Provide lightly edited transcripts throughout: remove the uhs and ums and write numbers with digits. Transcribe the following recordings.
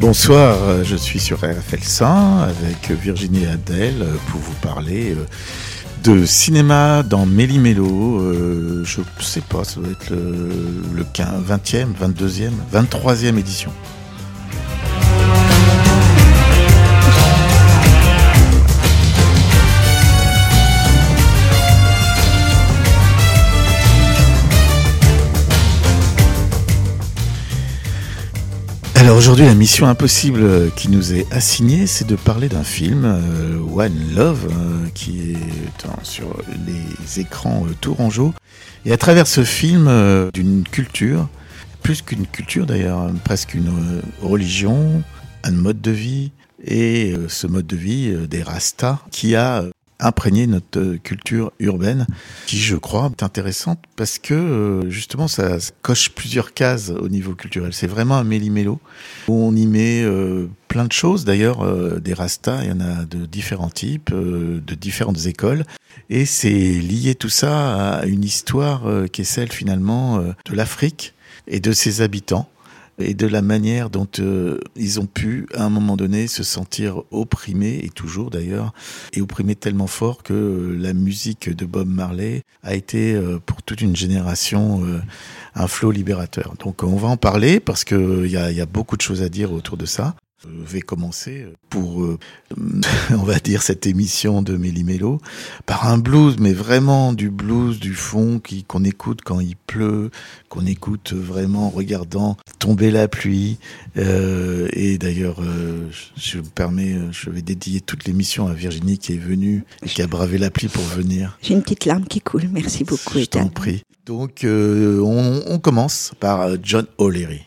Bonsoir, je suis sur RFL 100 avec Virginie et Adèle pour vous parler de cinéma dans Méli-Mélo. Je sais pas, ça doit être le 20e, 22e, 23e édition. Alors aujourd'hui, la mission impossible qui nous est assignée, c'est de parler d'un film, One Love, qui est sur les écrans tourangeaux. Et à travers ce film, d'une culture, plus qu'une culture d'ailleurs, presque une religion, un mode de vie, et ce mode de vie des Rastas, qui a imprégné notre culture urbaine, qui je crois est intéressante parce que justement ça coche plusieurs cases au niveau culturel. C'est vraiment un méli-mélo où on y met plein de choses. D'ailleurs, des Rastas, il y en a de différents types, de différentes écoles, et c'est lié tout ça à une histoire qui est celle finalement de l'Afrique et de ses habitants, et de la manière dont ils ont pu, à un moment donné, se sentir opprimés, et toujours d'ailleurs, et opprimés tellement fort que la musique de Bob Marley a été, pour toute une génération, un flot libérateur. Donc on va en parler, parce qu'il y a beaucoup de choses à dire autour de ça. Je vais commencer pour, on va dire, cette émission de Méli-Mélo par un blues, mais vraiment du blues du fond qu'on écoute quand il pleut, qu'on écoute vraiment en regardant tomber la pluie. Et d'ailleurs, je vais dédier toute l'émission à Virginie qui est venue et qui a bravé la pluie pour venir. J'ai une petite larme qui coule, merci beaucoup. Je t'en prie. Donc on commence par John O'Leary.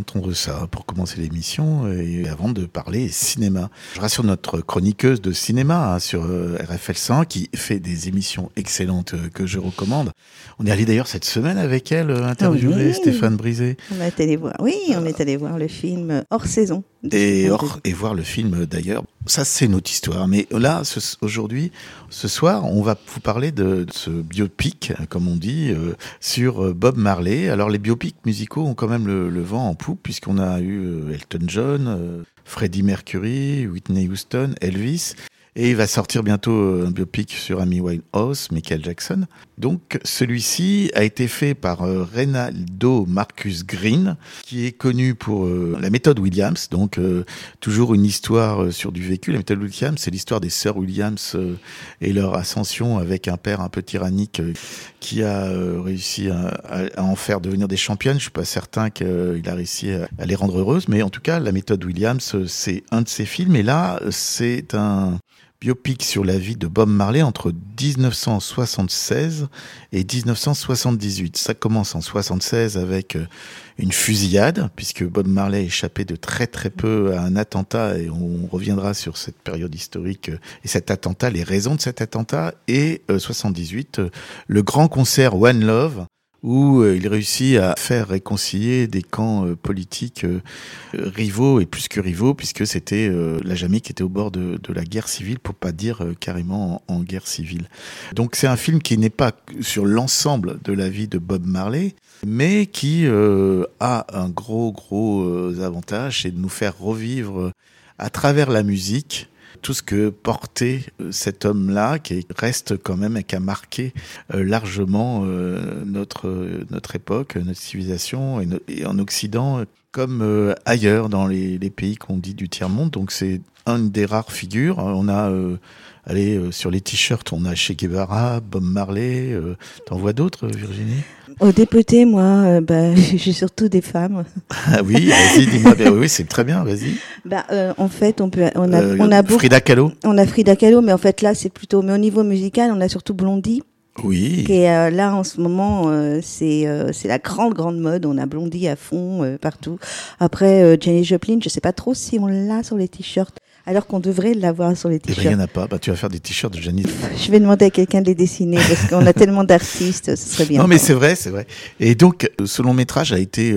d'entendre ça pour commencer l'émission et avant de parler cinéma. Je rassure notre chroniqueuse de cinéma sur RFL 100 qui fait des émissions excellentes que je recommande. On est allé d'ailleurs cette semaine avec elle interviewer Stéphane Brisé. On est allé voir le film Hors saison. Et voir le film d'ailleurs. Ça, c'est notre histoire. Mais là, aujourd'hui, ce soir, on va vous parler de ce biopic, comme on dit, sur Bob Marley. Alors, les biopics musicaux ont quand même le vent en poupe, puisqu'on a eu Elton John, Freddie Mercury, Whitney Houston, Elvis. Et il va sortir bientôt un biopic sur Amy Winehouse, Michael Jackson. Donc celui-ci a été fait par Reynaldo Marcus Green, qui est connu pour la méthode Williams. Donc toujours une histoire sur du vécu. La méthode Williams, c'est l'histoire des sœurs Williams et leur ascension avec un père un peu tyrannique qui a réussi à en faire devenir des championnes. Je suis pas certain qu'il a réussi à les rendre heureuses, mais en tout cas, la méthode Williams, c'est un de ses films. Et là, c'est un biopic sur la vie de Bob Marley entre 1976 et 1978. Ça commence en 76 avec une fusillade, puisque Bob Marley a échappé de très très peu à un attentat, et on reviendra sur cette période historique et cet attentat, les raisons de cet attentat, et 78, le grand concert One Love, où il réussit à faire réconcilier des camps politiques rivaux, et plus que rivaux, puisque c'était la Jamaïque qui était au bord de la guerre civile, pour pas dire carrément en guerre civile. Donc c'est un film qui n'est pas sur l'ensemble de la vie de Bob Marley, mais qui a un gros avantage, c'est de nous faire revivre à travers la musique tout ce que portait cet homme-là, qui reste quand même et qui a marqué largement notre époque, notre civilisation, et en Occident comme ailleurs dans les pays qu'on dit du tiers-monde. Donc c'est une des rares figures. On a sur les t-shirts, on a Che Guevara, Bob Marley. T'en vois d'autres, Virginie? Au député, moi, j'ai surtout des femmes. Ah oui, vas-y, dis-moi. Oui, c'est très bien, vas-y. En fait, on a beaucoup. Frida Kahlo. On a Frida Kahlo, mais en fait là, c'est plutôt. Mais au niveau musical, on a surtout Blondie. Oui. Qui est là en ce moment, c'est la grande mode. On a Blondie à fond partout. Après, Janis Joplin, je sais pas trop si on l'a sur les t-shirts. Alors qu'on devrait l'avoir sur les t-shirts. Il n'y en a pas. Tu vas faire des t-shirts de Janis. Je vais demander à quelqu'un de les dessiner parce qu'on a tellement d'artistes, ce serait bien. Non, mais c'est vrai. Et donc, ce long métrage a été,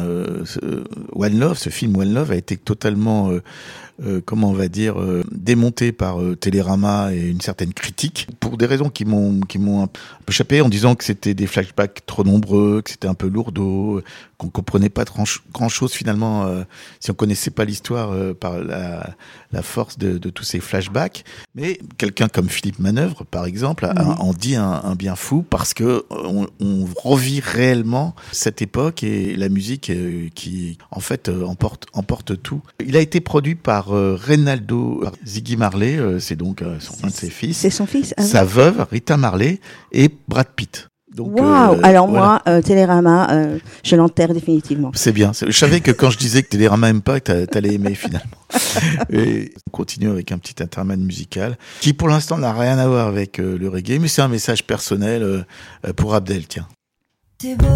One Love, ce film One Love a été totalement, comment on va dire, démonté par Télérama et une certaine critique pour des raisons qui m'ont un peu échappé, en disant que c'était des flashbacks trop nombreux, que c'était un peu lourdeau, qu'on comprenait pas grand chose finalement si on connaissait pas l'histoire par la force de tous ces flashbacks. Mais quelqu'un comme Philippe Manœuvre, par exemple, en dit un bien fou, parce que on revit réellement cette époque et la musique qui en fait emporte tout. Il a été produit par Reynaldo Ziggy Marley, c'est donc un de ses fils. C'est son fils. Sa veuve Rita Marley et Brad Pitt. Waouh. Alors voilà. Moi, Télérama, je l'enterre définitivement. C'est bien. Je savais que quand je disais que Télérama aime pas, que t'allais aimer finalement. Et on continue avec un petit intermède musical qui pour l'instant n'a rien à voir avec le reggae, mais c'est un message personnel pour Abdel. Tiens. T'es beau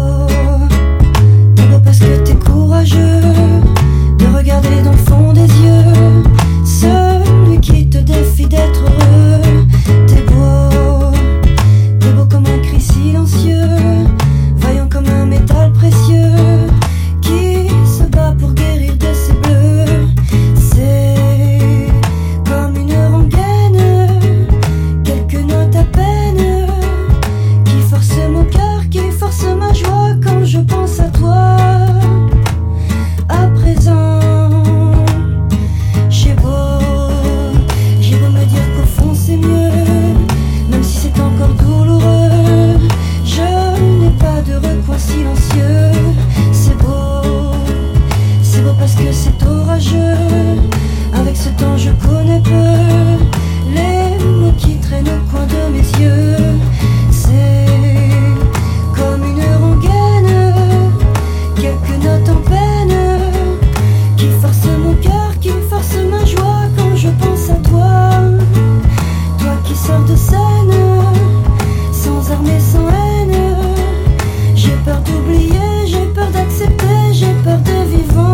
parce que t'es courageux de regarder dans le fond des yeux celui qui te défie d'être heureux. T'es beau comme un cri silencieux, vaillant comme un métal précieux qui se bat pour guérir de ses bleus. C'est comme une rengaine, quelques notes à peine, qui force mon cœur, qui force ma joie quand je pense à toi. À présent, j'ai beau me dire qu'au fond c'est mieux, même si c'est encore douloureux, je n'ai pas de recoin silencieux. C'est beau parce que c'est orageux, avec ce temps je connais peu les mots qui traînent au coin de mes yeux. C'est comme une rengaine, quelques notes en peine, qui force mon cœur, qui force ma joie quand je pense à toi. Toi qui sors de scène, sans armes et sans haine. J'ai peur d'oublier, j'ai peur d'accepter, j'ai peur de vivre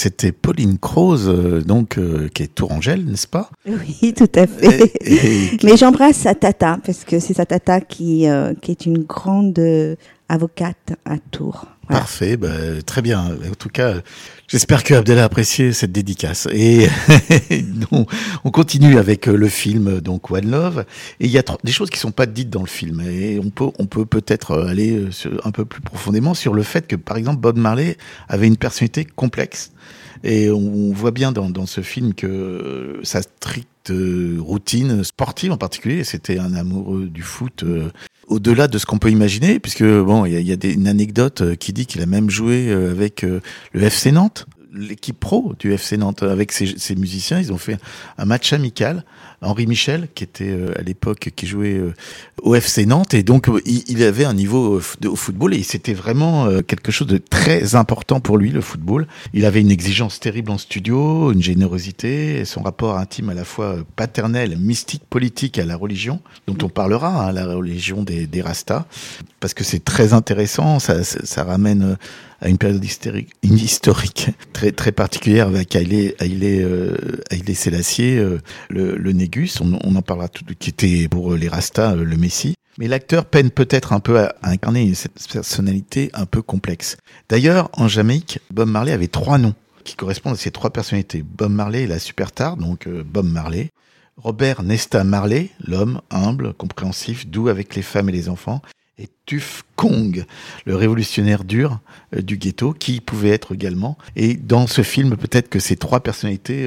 c'était Pauline Croze, qui est tourangelle, n'est-ce pas? Oui, tout à fait. Mais j'embrasse sa tata, parce que c'est sa tata qui est une grande avocate à Tours. Voilà. Parfait, très bien. En tout cas, j'espère que Abdel a apprécié cette dédicace. Et on continue avec le film, donc One Love. Et il y a des choses qui sont pas dites dans le film. Et on peut peut-être aller un peu plus profondément sur le fait que, par exemple, Bob Marley avait une personnalité complexe. Et on voit bien dans ce film que sa stricte routine sportive en particulier, c'était un amoureux du foot. Au-delà de ce qu'on peut imaginer, puisque bon, il y a une anecdote qui dit qu'il a même joué avec le FC Nantes, l'équipe pro du FC Nantes, avec ses musiciens. Ils ont fait un match amical. Henri Michel, qui était à l'époque, qui jouait au FC Nantes, et donc il avait un niveau au football, et c'était vraiment quelque chose de très important pour lui, le football. Il avait une exigence terrible en studio, une générosité, et son rapport intime à la fois paternel, mystique, politique à la religion, dont on parlera, la religion des Rastas, parce que c'est très intéressant, ça ramène à une période historique très très particulière avec Haïlé Sélassié, le Négus, on en parlera tout, qui était pour les Rastas le Messie. Mais l'acteur peine peut-être un peu à incarner cette personnalité un peu complexe. D'ailleurs, en Jamaïque, Bob Marley avait 3 noms qui correspondent à ces 3 personnalités. Bob Marley, la superstar, donc Bob Marley. Robert Nesta Marley, l'homme humble, compréhensif, doux avec les femmes et les enfants. Et Tuf Kong, le révolutionnaire dur du ghetto, qui pouvait être également. Et dans ce film, peut-être que ces 3 personnalités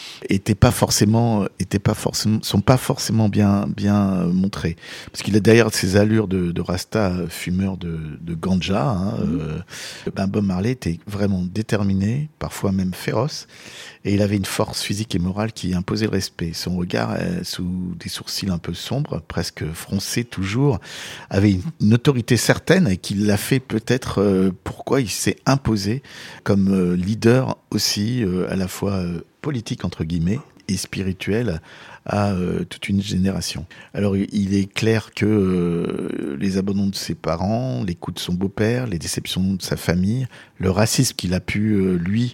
sont pas forcément bien montrées, parce qu'il a derrière ses allures de Rasta, fumeur de ganja. Bob Marley était vraiment déterminé, parfois même féroce, et il avait une force physique et morale qui imposait le respect. Son regard, sous des sourcils un peu sombres, presque froncés toujours, avait une autorité certaine, et qui l'a fait peut-être pourquoi il s'est imposé comme leader aussi, à la fois politique entre guillemets et spirituel à toute une génération. Alors il est clair que les abandons de ses parents, les coups de son beau-père, les déceptions de sa famille, le racisme qu'il a pu lui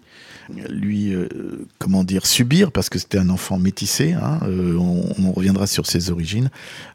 subir, parce que c'était un enfant métissé, on reviendra sur ses origines,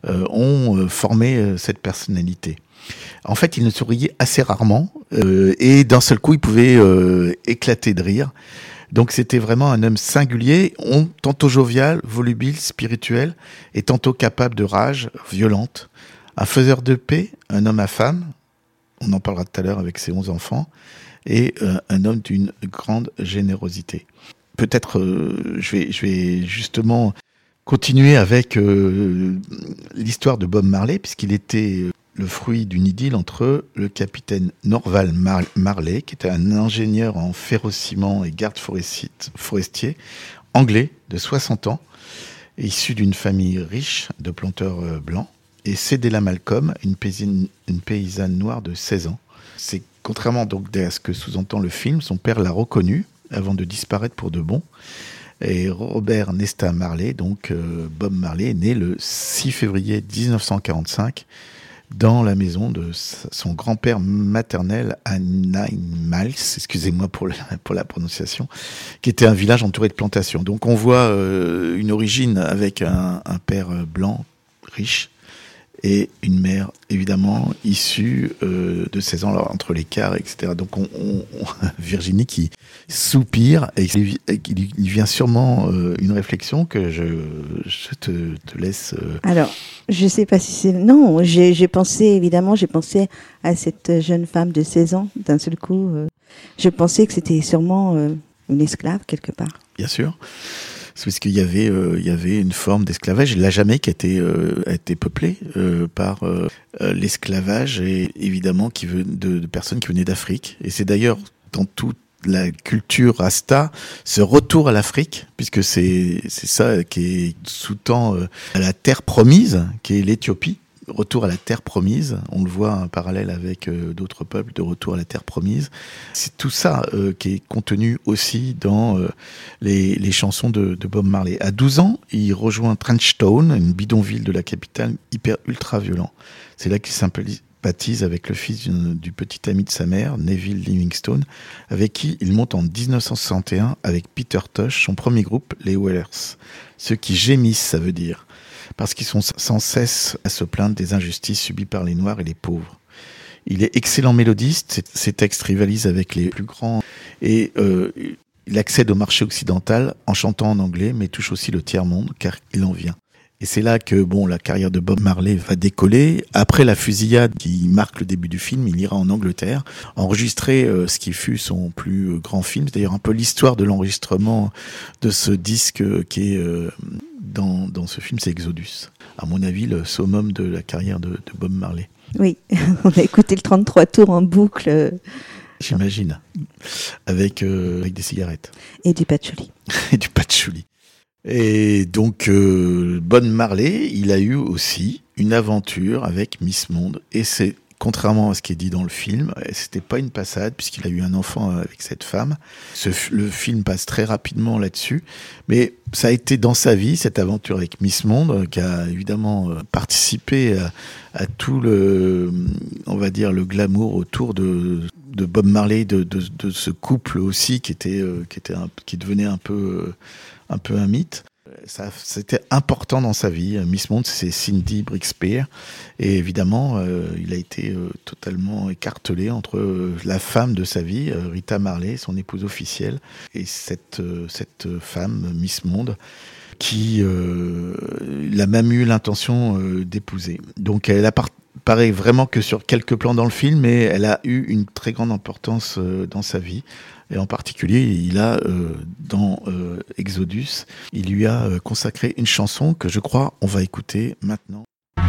ont formé cette personnalité. En fait, il ne souriait assez rarement, et d'un seul coup, il pouvait éclater de rire. Donc c'était vraiment un homme singulier, tantôt jovial, volubile, spirituel, et tantôt capable de rage violente. Un faiseur de paix, un homme à femme, on en parlera tout à l'heure avec ses 11 enfants, et un homme d'une grande générosité. Peut-être je vais justement continuer avec l'histoire de Bob Marley, puisqu'il était le fruit d'une idylle entre le capitaine Norval Marley, qui était un ingénieur en ferrociment et garde forestier, anglais de 60 ans, issu d'une famille riche de planteurs blancs, et Cédella Malcolm, une paysanne noire de 16 ans. C'est contrairement donc à ce que sous-entend le film, son père l'a reconnu avant de disparaître pour de bon. Et Robert Nesta Marley, donc Bob Marley, est né le 6 février 1945 dans la maison de son grand-père maternel à Nine Miles, excusez-moi pour la prononciation, qui était un village entouré de plantations. Donc on voit une origine avec un père blanc, riche, et une mère, évidemment, issue de 16 ans, alors, entre l'écart, etc. Donc, Virginie qui soupire, et il lui vient sûrement une réflexion que je te laisse... Alors, je sais pas si c'est... Non, j'ai pensé à cette jeune femme de 16 ans, d'un seul coup. Je pensais que c'était sûrement une esclave, quelque part. Bien sûr. C'est parce qu'il y avait une forme d'esclavage. La Jamaïque a été peuplée par l'esclavage, et évidemment de personnes qui venaient d'Afrique. Et c'est d'ailleurs dans toute la culture rasta, ce retour à l'Afrique, puisque c'est ça qui sous-tend la terre promise, qui est l'Éthiopie. Retour à la terre promise, on le voit en parallèle avec d'autres peuples, de retour à la terre promise. C'est tout ça qui est contenu aussi dans les chansons de Bob Marley. À 12 ans, il rejoint Trenchtown, une bidonville de la capitale, ultra violent. C'est là qu'il baptise avec le fils du petit ami de sa mère, Neville Livingstone, avec qui il monte en 1961 avec Peter Tosh son premier groupe, les Wailers. Ceux qui gémissent, ça veut dire, parce qu'ils sont sans cesse à se plaindre des injustices subies par les Noirs et les pauvres. Il est excellent mélodiste, ses textes rivalisent avec les plus grands et il accède au marché occidental en chantant en anglais, mais touche aussi le tiers-monde car il en vient. Et c'est là que la carrière de Bob Marley va décoller. Après la fusillade qui marque le début du film, il ira en Angleterre enregistrer ce qui fut son plus grand film. C'est d'ailleurs un peu l'histoire de l'enregistrement de ce disque qui est dans ce film, c'est Exodus. À mon avis, le summum de la carrière de Bob Marley. Oui, on a écouté le 33 tours en boucle. J'imagine. Avec des cigarettes. Et du patchouli. Et du patchouli. Et donc, Bob Marley, il a eu aussi une aventure avec Miss Monde. Et c'est, contrairement à ce qui est dit dans le film, c'était pas une passade, puisqu'il a eu un enfant avec cette femme. Le film passe très rapidement là-dessus. Mais ça a été dans sa vie, cette aventure avec Miss Monde, qui a évidemment participé à tout on va dire, le glamour autour de Bob Marley, de ce couple aussi qui devenait un peu un mythe. C'était important dans sa vie. Miss Monde, c'est Cindy Brixpear. Et évidemment, il a été totalement écartelé entre la femme de sa vie, Rita Marley, son épouse officielle, et cette femme, Miss Monde, qui a même eu l'intention d'épouser. Donc elle apparaît vraiment que sur quelques plans dans le film, mais elle a eu une très grande importance dans sa vie. Et en particulier, il a, dans Exodus, il lui a consacré une chanson que je crois on va écouter maintenant.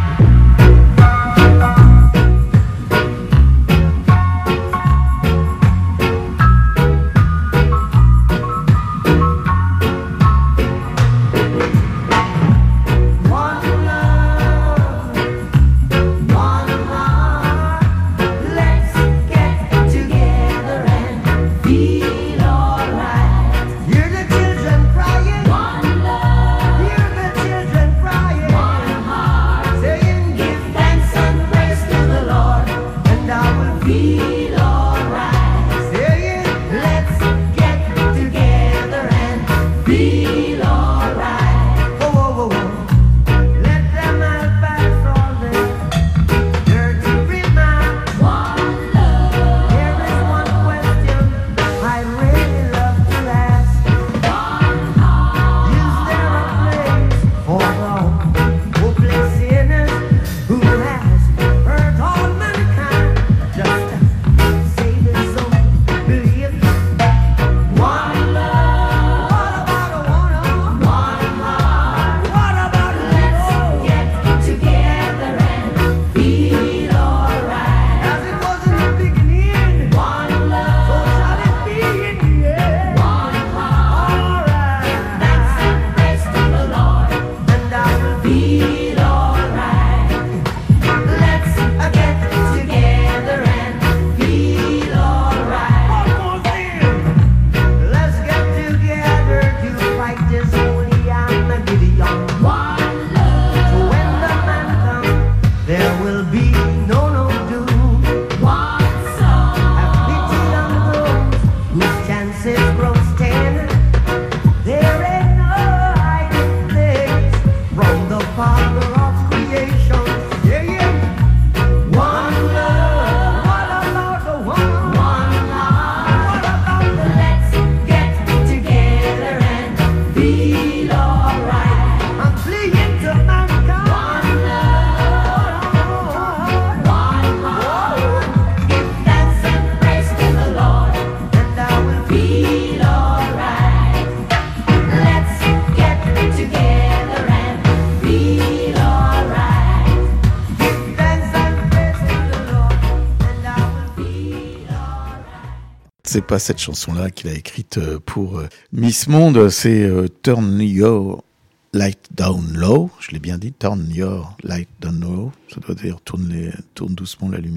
C'est pas cette chanson-là qu'il a écrite pour Miss Monde, c'est Turn Your Light Down Low. Je l'ai bien dit, Turn Your Light Down Low. Ça doit dire tourne doucement la lumière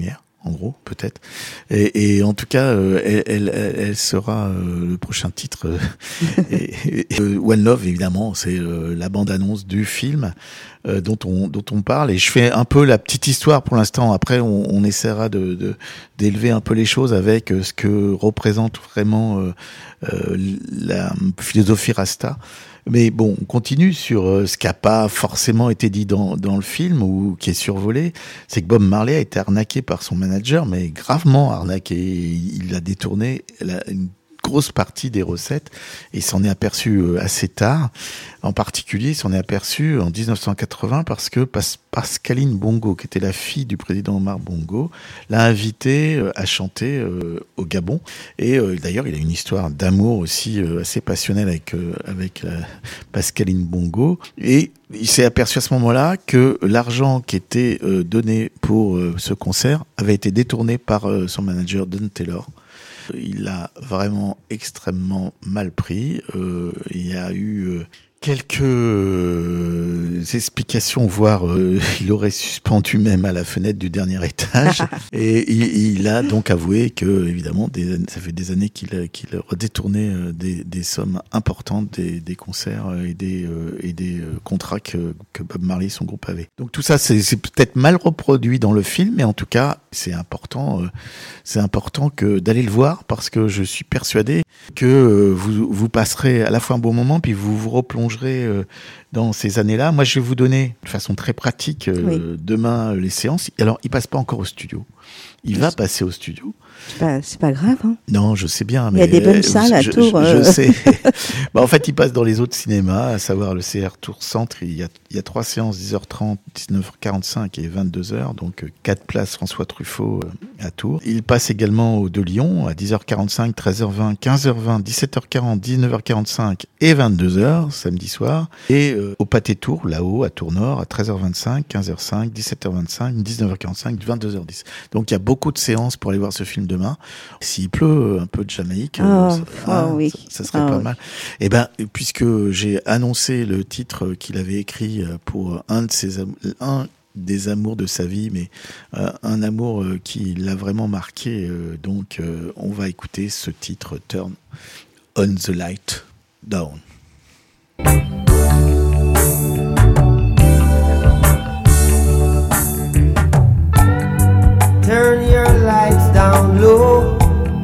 en gros, peut-être. Et en tout cas, elle sera le prochain titre. One Love, évidemment, c'est la bande-annonce du film dont on parle. Et je fais un peu la petite histoire pour l'instant. Après, on essaiera d'élever un peu les choses avec ce que représente vraiment la philosophie Rasta. Mais bon, on continue sur ce qui n'a pas forcément été dit dans le film ou qui est survolé. C'est que Bob Marley a été arnaqué par son manager, mais gravement arnaqué. Il a détourné une grosse partie des recettes et s'en est aperçu assez tard. En particulier, il s'en est aperçu en 1980 parce que Pascaline Bongo, qui était la fille du président Omar Bongo, l'a invité à chanter au Gabon. Et d'ailleurs, il a une histoire d'amour aussi assez passionnelle avec Pascaline Bongo. Et il s'est aperçu à ce moment-là que l'argent qui était donné pour ce concert avait été détourné par son manager Don Taylor. Il l'a vraiment extrêmement mal pris. Il y a eu quelques explications, voire il aurait suspendu même à la fenêtre du dernier étage. Et il a donc avoué que, évidemment, ça fait des années qu'il redétournait des sommes importantes des concerts et des contrats que Bob Marley et son groupe avaient. Donc tout ça, c'est peut-être mal reproduit dans le film, mais en tout cas, c'est important que d'aller le voir parce que je suis persuadé que vous passerez à la fois un bon moment puis vous vous replongerez dans ces années-là. Moi, je vais vous donner de façon très pratique demain les séances. Alors, il passe pas encore au studio. Il va passer au studio. C'est pas grave, hein. Non, je sais bien. Il y a des bonnes salles à Tours. Je sais. En fait, il passe dans les autres cinémas, à savoir le CR Tours Centre. Il y a 3 séances, 10h30, 19h45 et 22h. Donc, 4 places François Truffaut à Tours. Il passe également au de Lyon à 10h45, 13h20, 15h20, 17h40, 19h45 et 22h samedi soir. Et au Pâté Tours, là-haut, à Tours Nord, à 13h25, 15h05, 17h25, 19h45, 22h10. Donc, il y a beaucoup de séances pour aller voir ce film demain. S'il pleut un peu de Jamaïque, ça serait pas mal. Et ben, puisque j'ai annoncé le titre qu'il avait écrit pour un des amours de sa vie, mais un amour qui l'a vraiment marqué, donc on va écouter ce titre, Turn on the Light Down. Turn your lights down low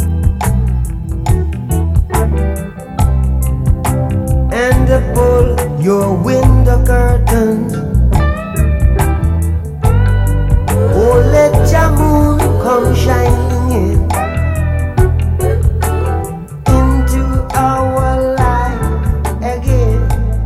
and pull your window curtains. Oh, let your moon come shining into our life again.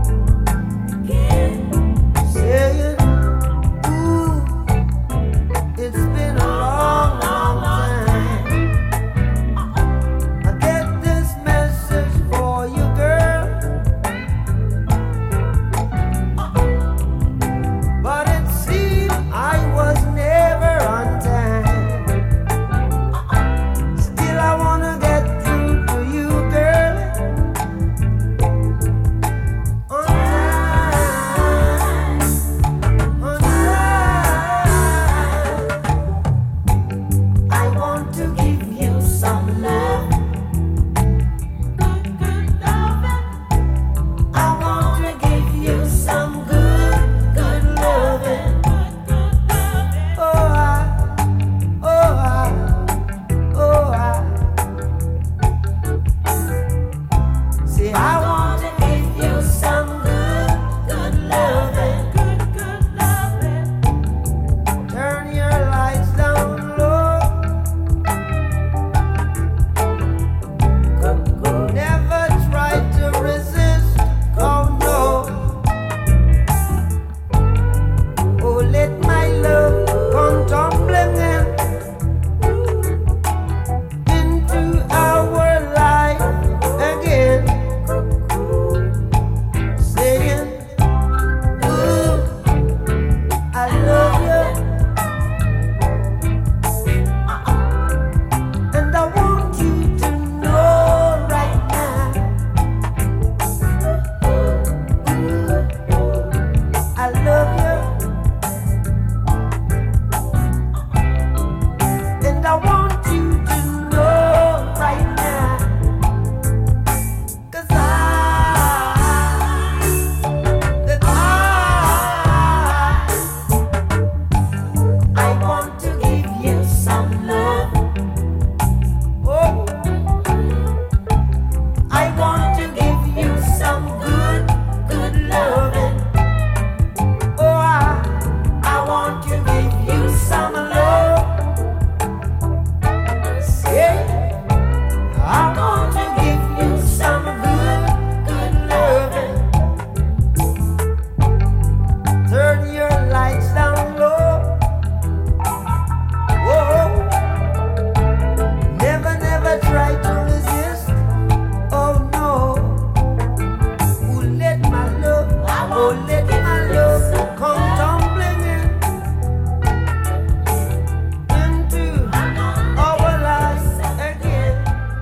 Saying, ooh, it's been a long, long time. I get this message for you, girl. Oh, let my love come tumbling into our lives again.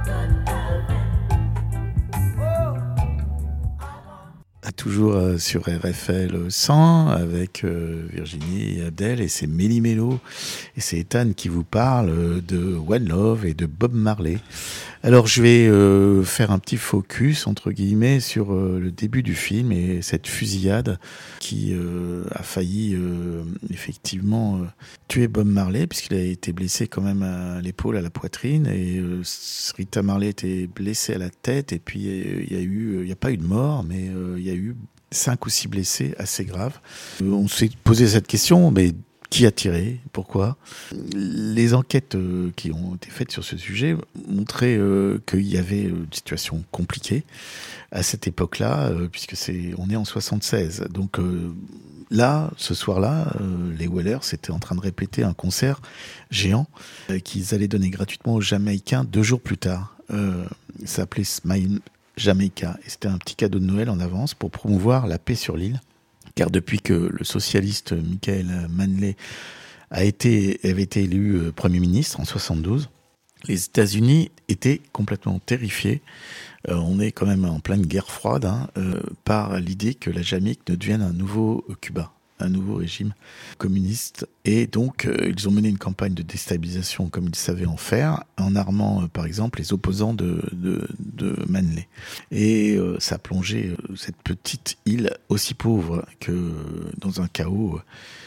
Toujours sur RFL 100 avec Virginie et Abdel, et c'est Méli Mélo et c'est Ethan qui vous parle de One Love et de Bob Marley. Alors je vais faire un petit focus entre guillemets sur le début du film et cette fusillade qui a failli effectivement tuer Bob Marley, puisqu'il a été blessé quand même à l'épaule, à la poitrine, et Rita Marley était blessée à la tête, et puis il n'y a pas eu de mort, mais il y a eu 5 ou 6 blessés assez graves. On s'est posé cette question, mais qui a tiré? Pourquoi? Les enquêtes qui ont été faites sur ce sujet montraient qu'il y avait une situation compliquée à cette époque-là, puisque on est en 76. Donc là, ce soir-là, les Wailers étaient en train de répéter un concert géant qu'ils allaient donner gratuitement aux Jamaïcains 2 jours plus tard. Ça s'appelait Smile Jamaica, et c'était un petit cadeau de Noël en avance pour promouvoir la paix sur l'île. Car depuis que le socialiste Michael Manley avait été élu Premier ministre en 72, les États-Unis étaient complètement terrifiés. On est quand même en pleine guerre froide par l'idée que la Jamaïque ne devienne un nouveau Cuba, un nouveau régime communiste. Et donc, ils ont mené une campagne de déstabilisation comme ils savaient en faire, en armant, par exemple, les opposants de Manley. Et ça a plongé cette petite île aussi pauvre que dans un chaos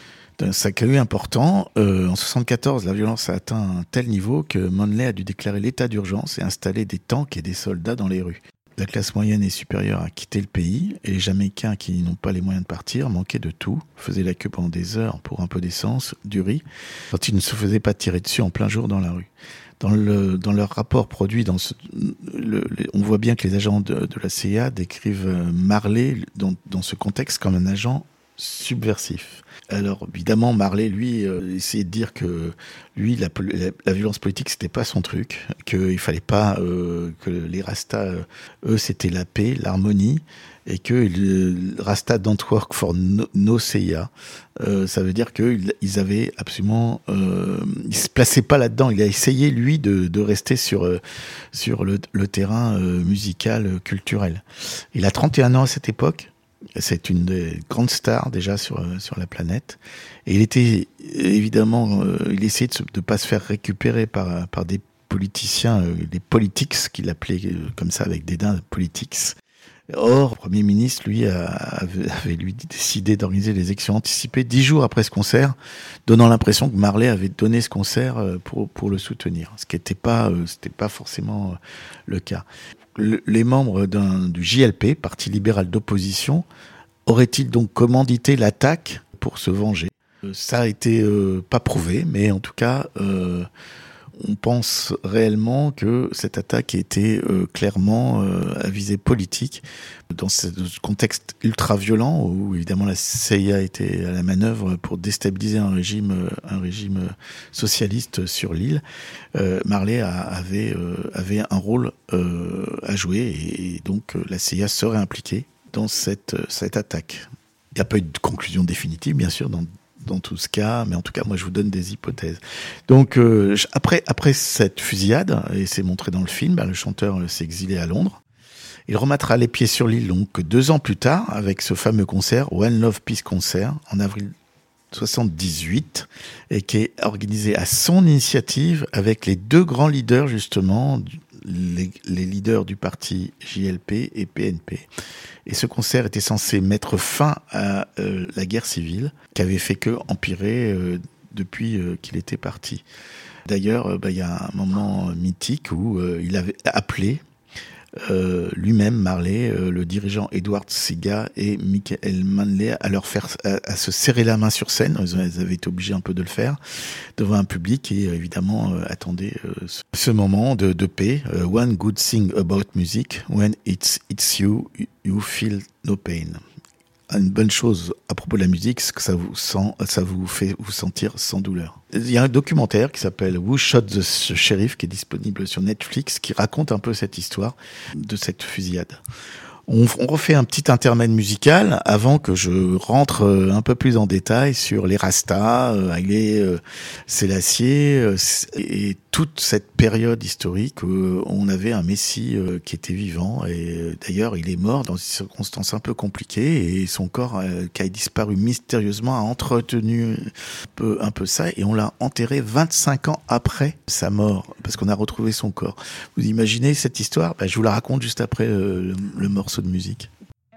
important. En 74, la violence a atteint un tel niveau que Manley a dû déclarer l'état d'urgence et installer des tanks et des soldats dans les rues. La classe moyenne et supérieure a quitté le pays, et les Jamaïcains qui n'ont pas les moyens de partir manquaient de tout, faisaient la queue pendant des heures pour un peu d'essence, du riz, quand ils ne se faisaient pas tirer dessus en plein jour dans la rue. Dans leur rapport produit, on voit bien que les agents de la CIA décrivent Marley dans ce contexte comme un agent subversif. Alors évidemment, Marley, lui, essayait de dire que lui, la violence politique, c'était pas son truc, qu'il fallait pas que les Rastas, eux, c'était la paix, l'harmonie, et que Rasta don't work for no CIA. Ça veut dire qu'ils avaient absolument, ils se plaçaient pas là-dedans. Il a essayé lui de rester sur le terrain musical, culturel. Il a 31 ans à cette époque. C'est une des grandes stars déjà sur la planète, et il était évidemment, il essayait de pas se faire récupérer par des politiciens, des politics qu'il appelait comme ça avec dédain, politics. Or, le Premier ministre, lui, avait décidé d'organiser les élections anticipées 10 jours après ce concert, donnant l'impression que Marley avait donné ce concert pour le soutenir, ce qui n'était pas, c'était pas forcément le cas. Les membres du JLP, Parti libéral d'opposition, auraient-ils donc commandité l'attaque pour se venger? Ça a été pas prouvé, mais en tout cas, on pense réellement que cette attaque était clairement à visée politique, dans ce contexte ultra-violent où évidemment la CIA était à la manœuvre pour déstabiliser un régime socialiste sur l'île. Marley avait un rôle à jouer, et donc la CIA serait impliquée dans cette attaque. Il n'y a pas eu de conclusion définitive, bien sûr, dans tout ce cas, mais en tout cas, moi, je vous donne des hypothèses. Donc, après cette fusillade, et c'est montré dans le film, le chanteur s'est exilé à Londres. Il remettra les pieds sur l'île donc 2 ans plus tard, avec ce fameux concert, One Love Peace Concert, en avril 78, et qui est organisé à son initiative avec les 2 grands leaders, justement, les leaders du parti JLP et PNP. Et ce concert était censé mettre fin à la guerre civile, qui avait fait que empirer depuis qu'il était parti. D'ailleurs, il y a un moment mythique où il avait appelé lui-même, Marley, le dirigeant Edward Seaga et Michael Manley à se serrer la main sur scène. Ils avaient été obligés un peu de le faire devant un public, et évidemment attendaient ce moment de paix. One good thing about music, when it's you feel no pain. Une bonne chose à propos de la musique, c'est que ça vous fait vous sentir sans douleur. Il y a un documentaire qui s'appelle Who Shot the Sheriff, qui est disponible sur Netflix, qui raconte un peu cette histoire de cette fusillade. On refait un petit intermède musical avant que je rentre un peu plus en détail sur les Rastas, Haïlé Sélassié et toute cette période historique où on avait un Messie qui était vivant et d'ailleurs il est mort dans des circonstances un peu compliquées et son corps qui a disparu mystérieusement a entretenu un peu ça et on l'a enterré 25 ans après sa mort parce qu'on a retrouvé son corps. Vous imaginez cette histoire ? Je vous la raconte juste après le morceau de musique.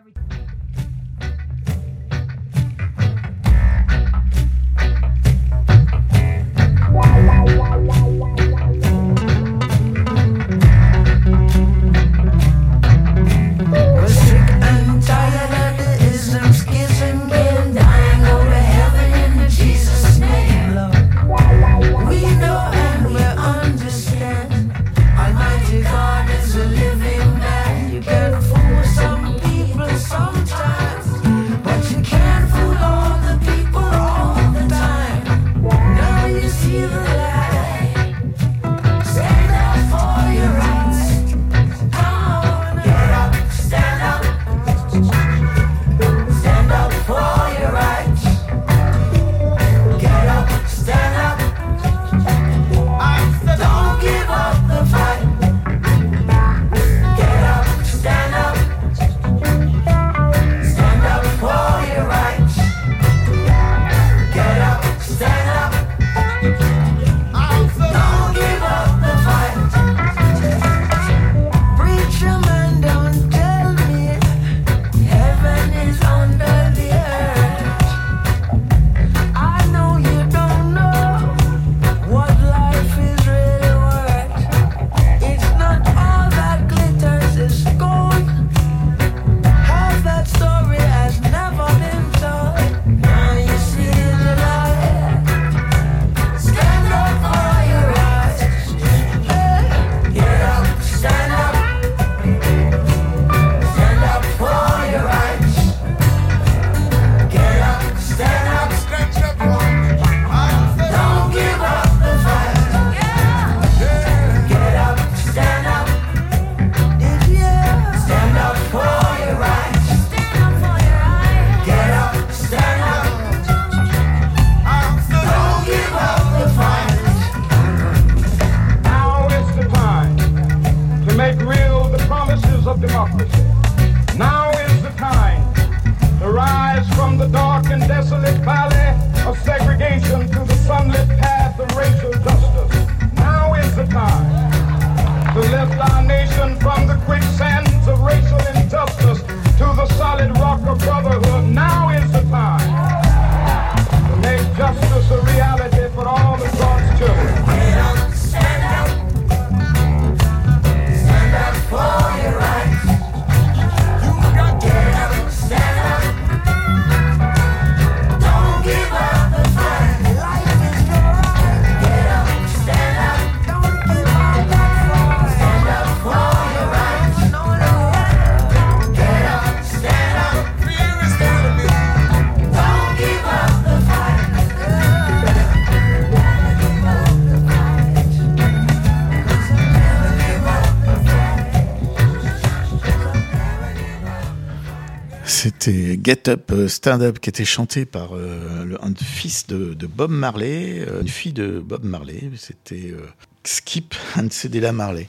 C'était Get Up, Stand Up, qui était chanté par un fils de Bob Marley, une fille de Bob Marley, c'était Skip and Cedella Marley.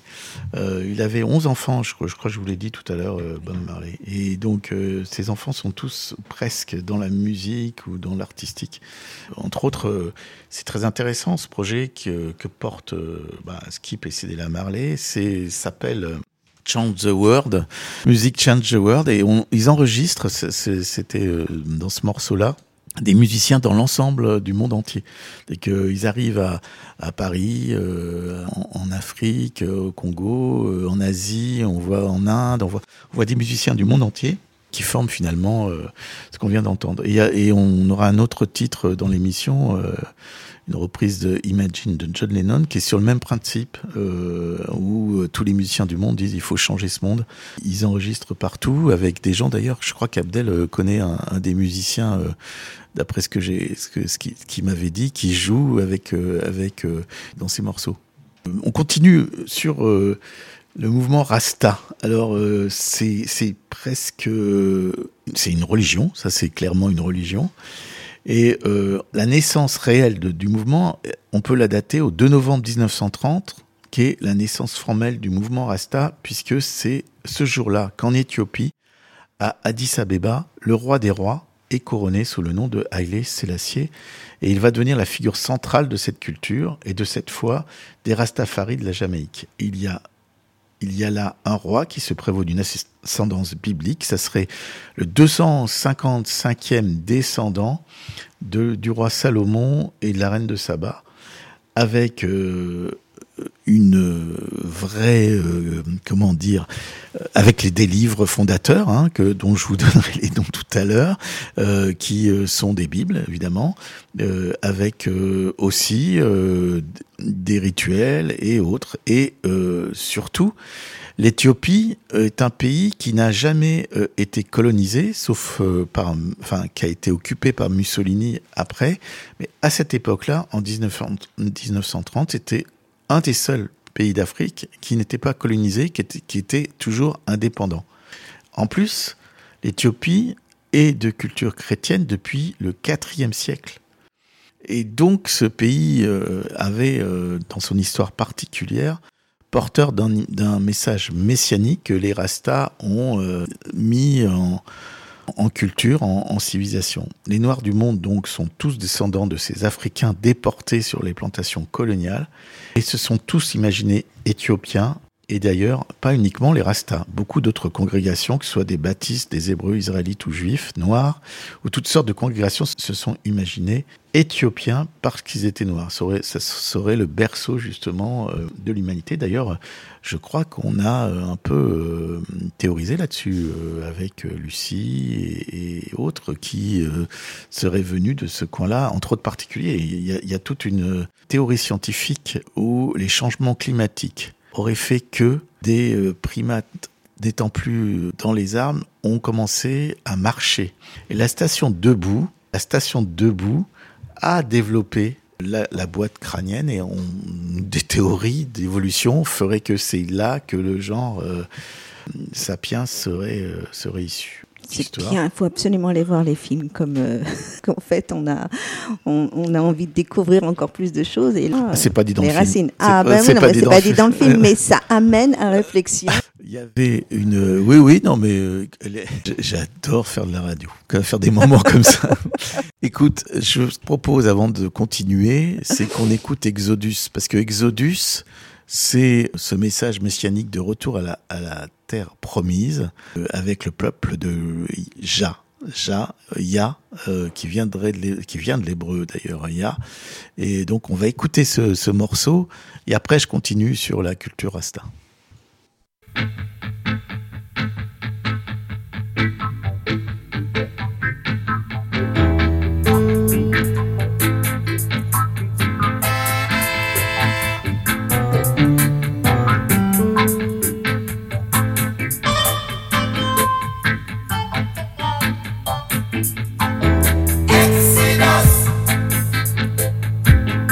Il avait 11 enfants, je crois que je vous l'ai dit tout à l'heure, Bob Marley. Et donc, ses enfants sont tous presque dans la musique ou dans l'artistique. Entre autres, c'est très intéressant ce projet que portent Skip et Cedella Marley. S'appelle Change the World, Music Change the World, et ils enregistrent, c'était dans ce morceau-là, des musiciens dans l'ensemble du monde entier. Dès qu'ils arrivent à Paris, en Afrique, au Congo, en Asie, on voit en Inde, on voit des musiciens du monde entier qui forment finalement ce qu'on vient d'entendre. Et on aura un autre titre dans l'émission, une reprise de Imagine de John Lennon, qui est sur le même principe, où tous les musiciens du monde disent il faut changer ce monde. Ils enregistrent partout avec des gens, d'ailleurs, je crois qu'Abdel connaît un des musiciens, d'après ce qu'il m'avait dit, qui joue avec dans ces morceaux. On continue sur Le mouvement Rasta. Alors, c'est presque... c'est une religion, ça c'est clairement une religion. Et la naissance réelle du mouvement, on peut la dater au 2 novembre 1930, qui est la naissance formelle du mouvement Rasta, puisque c'est ce jour-là qu'en Éthiopie, à Addis Abeba, le roi des rois est couronné sous le nom de Haïlé Sélassié, et il va devenir la figure centrale de cette culture, et de cette fois des Rastafaris de la Jamaïque. Il y a là un roi qui se prévaut d'une ascendance biblique, ça serait le 255e descendant du roi Salomon et de la reine de Saba, avec une vraie, avec des livres fondateurs, dont je vous donnerai les noms tout à l'heure, qui sont des Bibles, évidemment, avec aussi des rituels et autres. Et surtout, l'Éthiopie est un pays qui n'a jamais été colonisé, sauf qui a été occupé par Mussolini après. Mais à cette époque-là, en 1930, c'était un des seuls pays d'Afrique qui n'était pas colonisé, qui était toujours indépendant. En plus, l'Éthiopie est de culture chrétienne depuis le IVe siècle. Et donc, ce pays avait, dans son histoire particulière, porteur d'un message messianique que les Rastas ont mis en culture, en civilisation. Les Noirs du monde, donc, sont tous descendants de ces Africains déportés sur les plantations coloniales et se sont tous imaginés éthiopiens. Et d'ailleurs, pas uniquement les Rastas. Beaucoup d'autres congrégations, que ce soit des baptistes, des hébreux, israélites ou juifs, noirs, ou toutes sortes de congrégations se sont imaginées éthiopiens parce qu'ils étaient noirs. Ça serait le berceau, justement, de l'humanité. D'ailleurs, je crois qu'on a un peu théorisé là-dessus avec Lucie et autres qui seraient venus de ce coin-là, entre autres particuliers. Il y a toute une théorie scientifique où les changements climatiques aurait fait que des primates n'étant plus dans les arbres ont commencé à marcher. Et la station debout a développé la boîte crânienne et des théories d'évolution feraient que c'est là que le genre sapiens serait issu. C'est bien, il faut absolument aller voir les films comme qu'en fait on a envie de découvrir encore plus de choses et là c'est pas dit dans les le racines. film. C'est pas dit dans le film, mais ça amène à réflexion. Il y avait j'adore faire de la radio, faire des moments comme ça. Écoute, je propose avant de continuer, c'est qu'on écoute Exodus parce que Exodus, c'est ce message messianique de retour à la terre promise avec le peuple de Yah, qui vient de l'hébreu d'ailleurs, Yah. Et donc on va écouter ce morceau et après je continue sur la culture Rasta.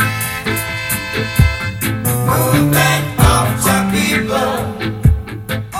Movement of the people.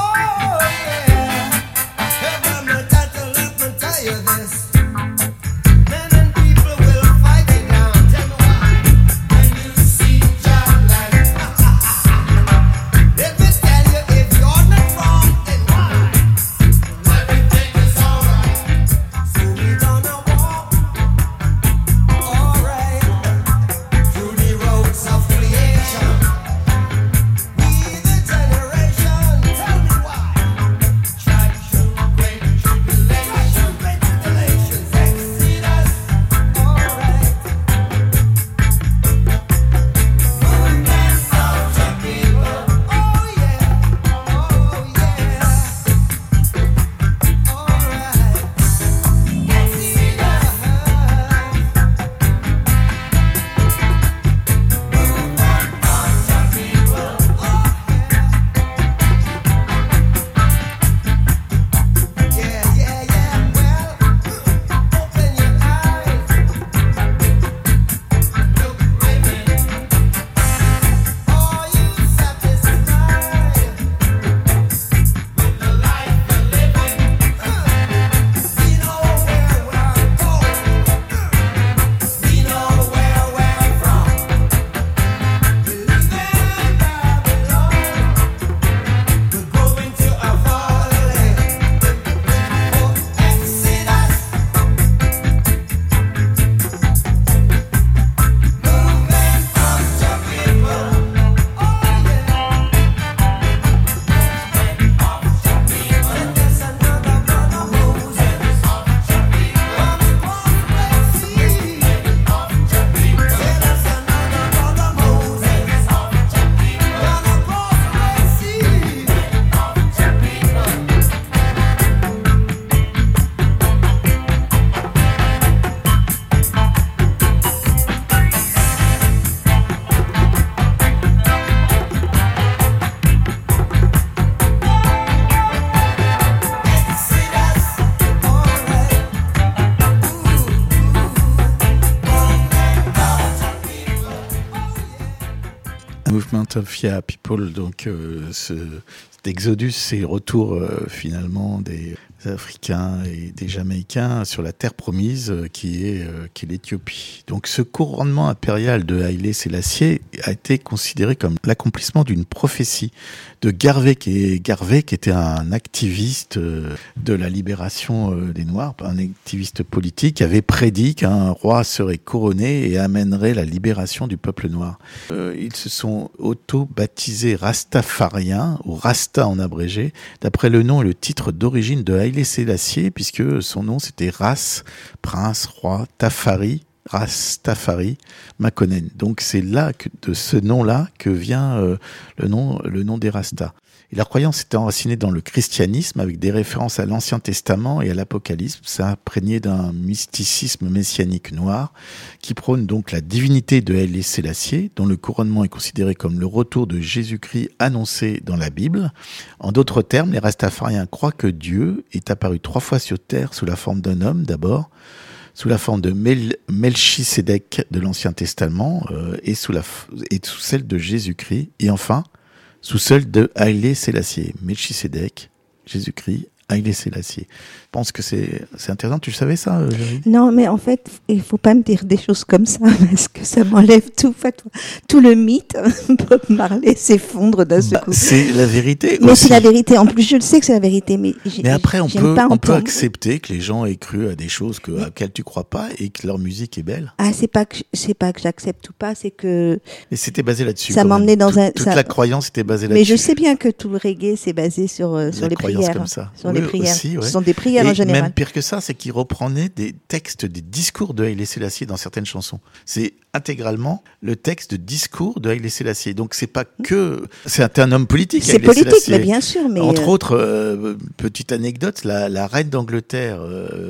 Movement of Yeah People, donc cet exodus, c'est le retour finalement des Africains et des Jamaïcains sur la terre promise qui est l'Éthiopie. Donc ce couronnement impérial de Haïlé Sélassié a été considéré comme l'accomplissement d'une prophétie de Garvey qui était un activiste de la libération des Noirs, un activiste politique qui avait prédit qu'un roi serait couronné et amènerait la libération du peuple noir. Ils se sont auto-baptisés Rastafariens, ou Rasta en abrégé, d'après le nom et le titre d'origine de Haïlé Sélassié, puisque son nom c'était Ras, prince, roi, Tafari, Rastafari Makonnen. Donc c'est là de ce nom-là que vient le nom des Rastas. Et leur croyance était enracinée dans le christianisme avec des références à l'Ancien Testament et à l'Apocalypse. Ça imprégné d'un mysticisme messianique noir qui prône donc la divinité de Haïlé Sélassié, dont le couronnement est considéré comme le retour de Jésus-Christ annoncé dans la Bible. En d'autres termes, les Rastafariens croient que Dieu est apparu 3 fois sur terre sous la forme d'un homme d'abord, sous la forme de Melchisédek de l'Ancien Testament et sous celle de Jésus-Christ, et enfin sous celle de Haïlé Sélassié. Melchisédek, Jésus-Christ, Haïlé Sélassié. Je pense que c'est intéressant. Tu le savais ça, Jérémy ? Non, mais en fait, il faut pas me dire des choses comme ça parce que ça m'enlève tout le mythe. Bob Marley s'effondre d'un seul coup. C'est la vérité. Mais aussi. c'est la vérité. En plus, je le sais que c'est la vérité, mais après, on j'aime peut accepter que les gens aient cru à des choses auxquelles tu crois pas et que leur musique est belle. Ah, c'est pas que j'accepte ou pas, c'est que. Et c'était basé là-dessus. Ça m'emmenait dans toute la croyance était basée là-dessus. Mais je sais bien que tout le reggae c'est basé sur les prières. Comme ça. Sur les prières. Aussi, ouais. Ce sont des prières et en général. Même pire que ça, c'est qu'il reprenait des textes, des discours de Haïlé Sélassié dans certaines chansons. C'est intégralement le texte de discours de Haïlé Sélassié. Donc c'est pas que c'est un homme politique. C'est politique, mais bien sûr. Mais entre autres, petite anecdote, la reine d'Angleterre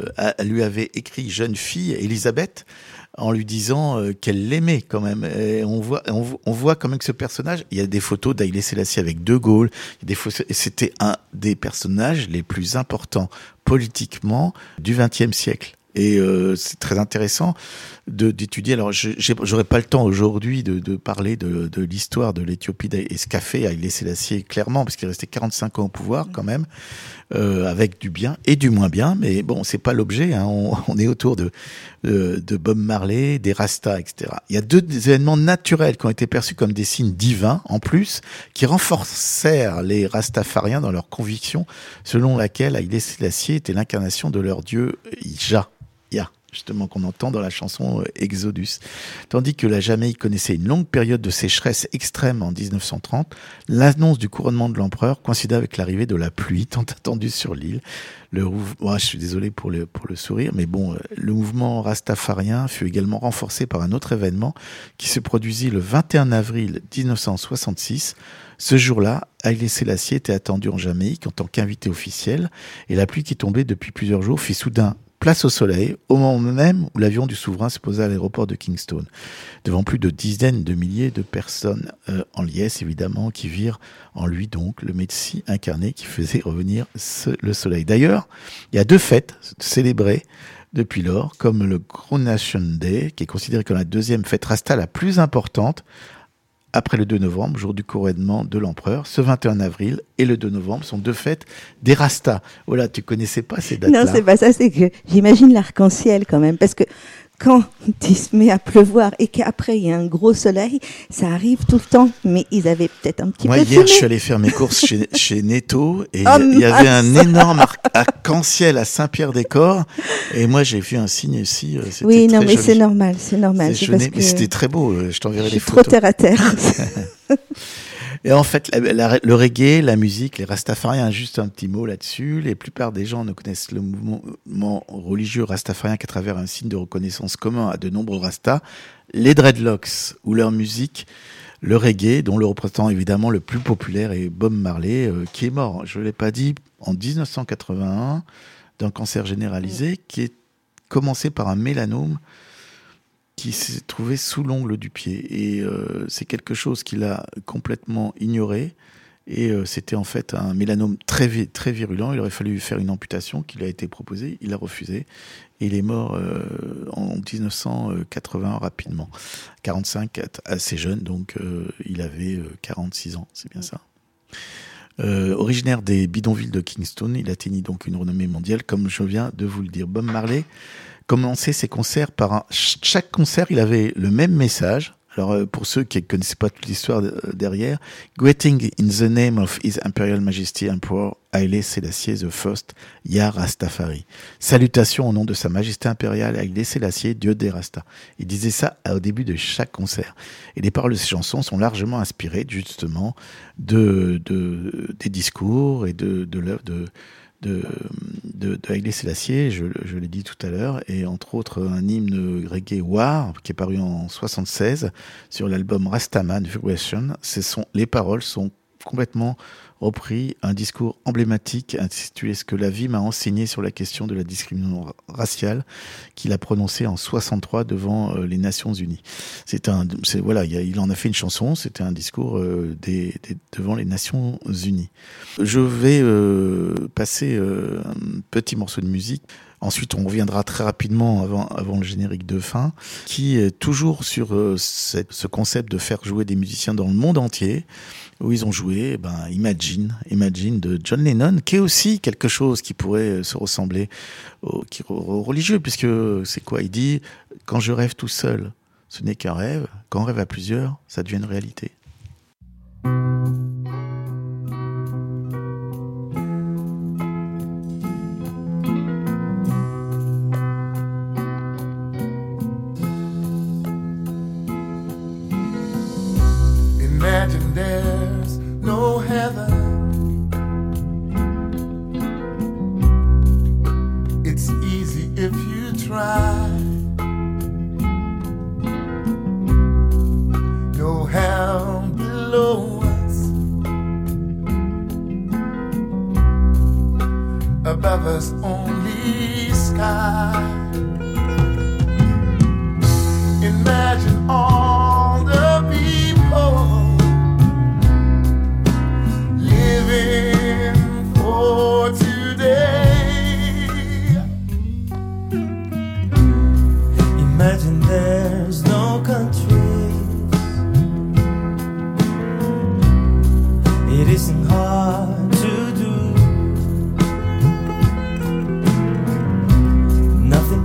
lui avait écrit jeune fille Élisabeth en lui disant qu'elle l'aimait quand même. Et on voit quand même que ce personnage, il y a des photos d'Haïlé Sélassié avec De Gaulle, c'était un des personnages les plus importants politiquement du XXe siècle. Et c'est très intéressant d'étudier. Alors, j'aurais pas le temps aujourd'hui de parler de l'histoire de l'Éthiopie et ce qu'a fait Haïlé Sélassié clairement, parce qu'il est resté 45 ans au pouvoir quand même, avec du bien et du moins bien. Mais bon, c'est pas l'objet. Hein. On est autour de Bob Marley, des Rastas, etc. Il y a 2 événements naturels qui ont été perçus comme des signes divins, en plus, qui renforcèrent les Rastafariens dans leur conviction, selon laquelle Haïlé Sélassié était l'incarnation de leur dieu Jah. Justement, qu'on entend dans la chanson Exodus. Tandis que la Jamaïque connaissait une longue période de sécheresse extrême en 1930, l'annonce du couronnement de l'empereur coïncida avec l'arrivée de la pluie tant attendue sur l'île. Je suis désolé pour le sourire, mais bon, le mouvement rastafarien fut également renforcé par un autre événement qui se produisit le 21 avril 1966. Ce jour-là, Haïlé Sélassié était attendu en Jamaïque en tant qu'invité officiel, et la pluie qui tombait depuis plusieurs jours fit soudain place au soleil, au moment même où l'avion du souverain se posait à l'aéroport de Kingston, devant plus de dizaines de milliers de personnes en liesse, évidemment, qui virent en lui donc le Messie incarné qui faisait revenir le soleil. D'ailleurs, il y a 2 fêtes célébrées depuis lors, comme le Coronation Day, qui est considéré comme la 2e fête rasta la plus importante, après le 2 novembre, jour du couronnement de l'empereur. Ce 21 avril et le 2 novembre sont 2 fêtes des Rastas. Voilà, tu connaissais pas ces dates-là. Non, c'est pas ça, c'est que j'imagine l'arc-en-ciel quand même, parce que quand il se met à pleuvoir et qu'après il y a un gros soleil, ça arrive tout le temps. Mais ils avaient peut-être un petit peu Moi, fumé. hier, je suis allé faire mes courses chez Netto et il y avait un énorme arc-en-ciel à Saint-Pierre-des-Corps. Et moi, j'ai vu un signe aussi. Oui, non, très mais joli. c'est normal, c'est normal. C'est parce joli, que mais c'était très beau. Je t'enverrai je les suis trop photos. terre à terre. Et en fait, le reggae, la musique, les Rastafariens, juste un petit mot là-dessus. La plupart des gens ne connaissent le mouvement religieux rastafarien qu'à travers un signe de reconnaissance commun à de nombreux Rastas, les dreadlocks ou leur musique, le reggae, dont le représentant évidemment le plus populaire est Bob Marley, qui est mort, je ne l'ai pas dit, en 1981, d'un cancer généralisé, qui est commencé par un mélanome qui s'est trouvé sous l'ongle du pied. Et c'est quelque chose qu'il a complètement ignoré Et c'était en fait un mélanome très virulent. Il aurait fallu faire une amputation qui lui a été proposée. Il a refusé. Et il est mort en 1980 rapidement. 45, assez jeune, donc il avait 46 ans, c'est bien ça. Originaire des bidonvilles de Kingston, il atteignit donc une renommée mondiale, comme je viens de vous le dire. Bob Marley commençait ses concerts par chaque concert, il avait le même message. Alors, pour ceux qui ne connaissaient pas toute l'histoire derrière, Greeting in the name of His Imperial Majesty Emperor Haile Selassie I, Yah Rastafari. Salutations au nom de Sa Majesté impériale Haile Selassie, Dieu des Rastas. Il disait ça au début de chaque concert. Et les paroles de ces chansons sont largement inspirées, justement, des discours et de l'œuvre de Haile Selassie, je l'ai dit tout à l'heure, et entre autres un hymne reggae War qui est paru en 1976 sur l'album Rastaman Vibration. Les paroles sont complètement repris, un discours emblématique intitulé « Ce que la vie m'a enseigné sur la question de la discrimination raciale » qu'il a prononcé en 1963 devant les Nations Unies. Il en a fait une chanson, c'était un discours devant les Nations Unies. Je vais passer un petit morceau de musique. Ensuite, on reviendra très rapidement avant le générique de fin, qui est toujours sur ce concept de faire jouer des musiciens dans le monde entier, où ils ont joué Imagine de John Lennon, qui est aussi quelque chose qui pourrait se ressembler au religieux, puisque c'est quoi? Il dit « Quand je rêve tout seul, ce n'est qu'un rêve. Quand on rêve à plusieurs, ça devient une réalité. » Imagine there's no heaven. It's easy if you try. No hell below us. Above us only sky. Imagine all the people living for today. Imagine there's no countries. It isn't hard to do. Nothing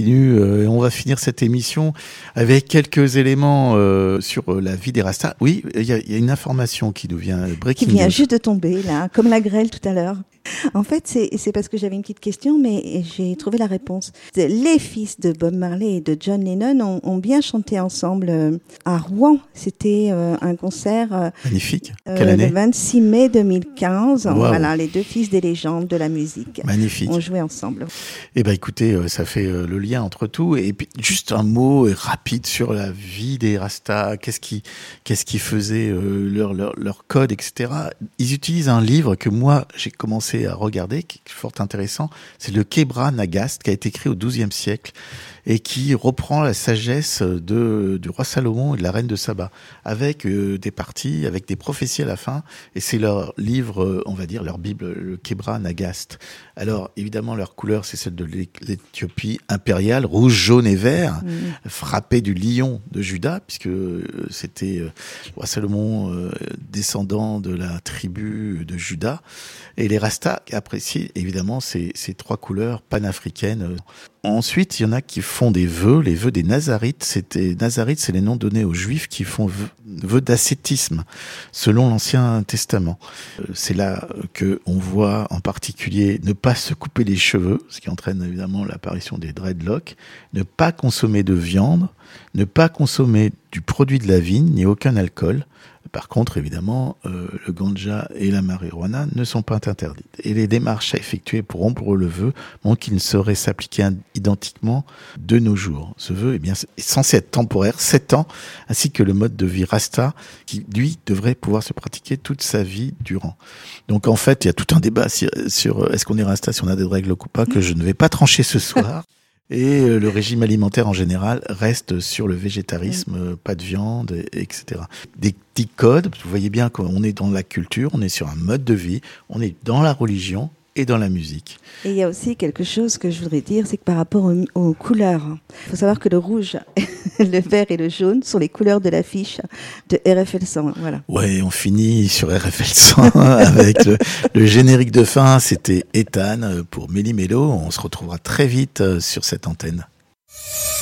continue. Et on va finir cette émission avec quelques éléments sur la vie des Rastas. Oui, il y a une information qui nous vient breaking Qui vient news. juste de tomber, là, comme la grêle tout à l'heure. En fait, c'est parce que j'avais une petite question, mais j'ai trouvé la réponse. Les fils de Bob Marley et de John Lennon ont bien chanté ensemble à Rouen. C'était un concert Magnifique. Quelle année? le 26 mai 2015. Wow. Voilà, les deux fils des légendes de la musique Magnifique. ont joué ensemble. Eh ben écoutez, ça fait le lien entre tout. Et puis juste un mot rapide sur la vie des Rastas. Qu'est-ce qui faisait leur code, etc. Ils utilisent un livre que moi j'ai commencé à regarder, qui est fort intéressant. C'est le Kebra Nagast, qui a été écrit au XIIe siècle et qui reprend la sagesse du roi Salomon et de la reine de Saba, avec des parties, avec des prophéties à la fin. Et c'est leur livre, on va dire, leur Bible, le Kebra Nagast. Alors, évidemment, leur couleur, c'est celle de l'Éthiopie impériale, rouge, jaune et vert, frappée du lion de Juda, puisque c'était le roi Salomon, descendant de la tribu de Juda. Et les Rastas apprécient évidemment ces trois couleurs panafricaines. Ensuite, il y en a qui font des vœux, les vœux des Nazarites. Nazarites, c'est les noms donnés aux Juifs qui font vœux d'ascétisme, selon l'Ancien Testament. C'est là que on voit en particulier ne pas se couper les cheveux, ce qui entraîne évidemment l'apparition des dreadlocks, ne pas consommer de viande, ne pas consommer du produit de la vigne, ni aucun alcool. Par contre, évidemment, le ganja et la marijuana ne sont pas interdites. Et les démarches à effectuer pour rompre le vœu montrent qu'il ne saurait s'appliquer identiquement de nos jours. Ce vœu est censé être temporaire, 7 ans, ainsi que le mode de vie rasta, qui, lui, devrait pouvoir se pratiquer toute sa vie durant. Donc, en fait, il y a tout un débat sur est-ce qu'on est rasta, si on a des règles ou pas, que je ne vais pas trancher ce soir. Et le régime alimentaire en général reste sur le végétarisme, pas de viande, etc. Des petits codes, vous voyez bien qu'on est dans la culture, on est sur un mode de vie, on est dans la religion et dans la musique. Et il y a aussi quelque chose que je voudrais dire, c'est que par rapport aux couleurs, il faut savoir que le rouge, le vert et le jaune sont les couleurs de l'affiche de RFL 100. Voilà. Ouais, on finit sur RFL 100 avec le générique de fin. C'était Ethan pour Méli-Mélo. On se retrouvera très vite sur cette antenne.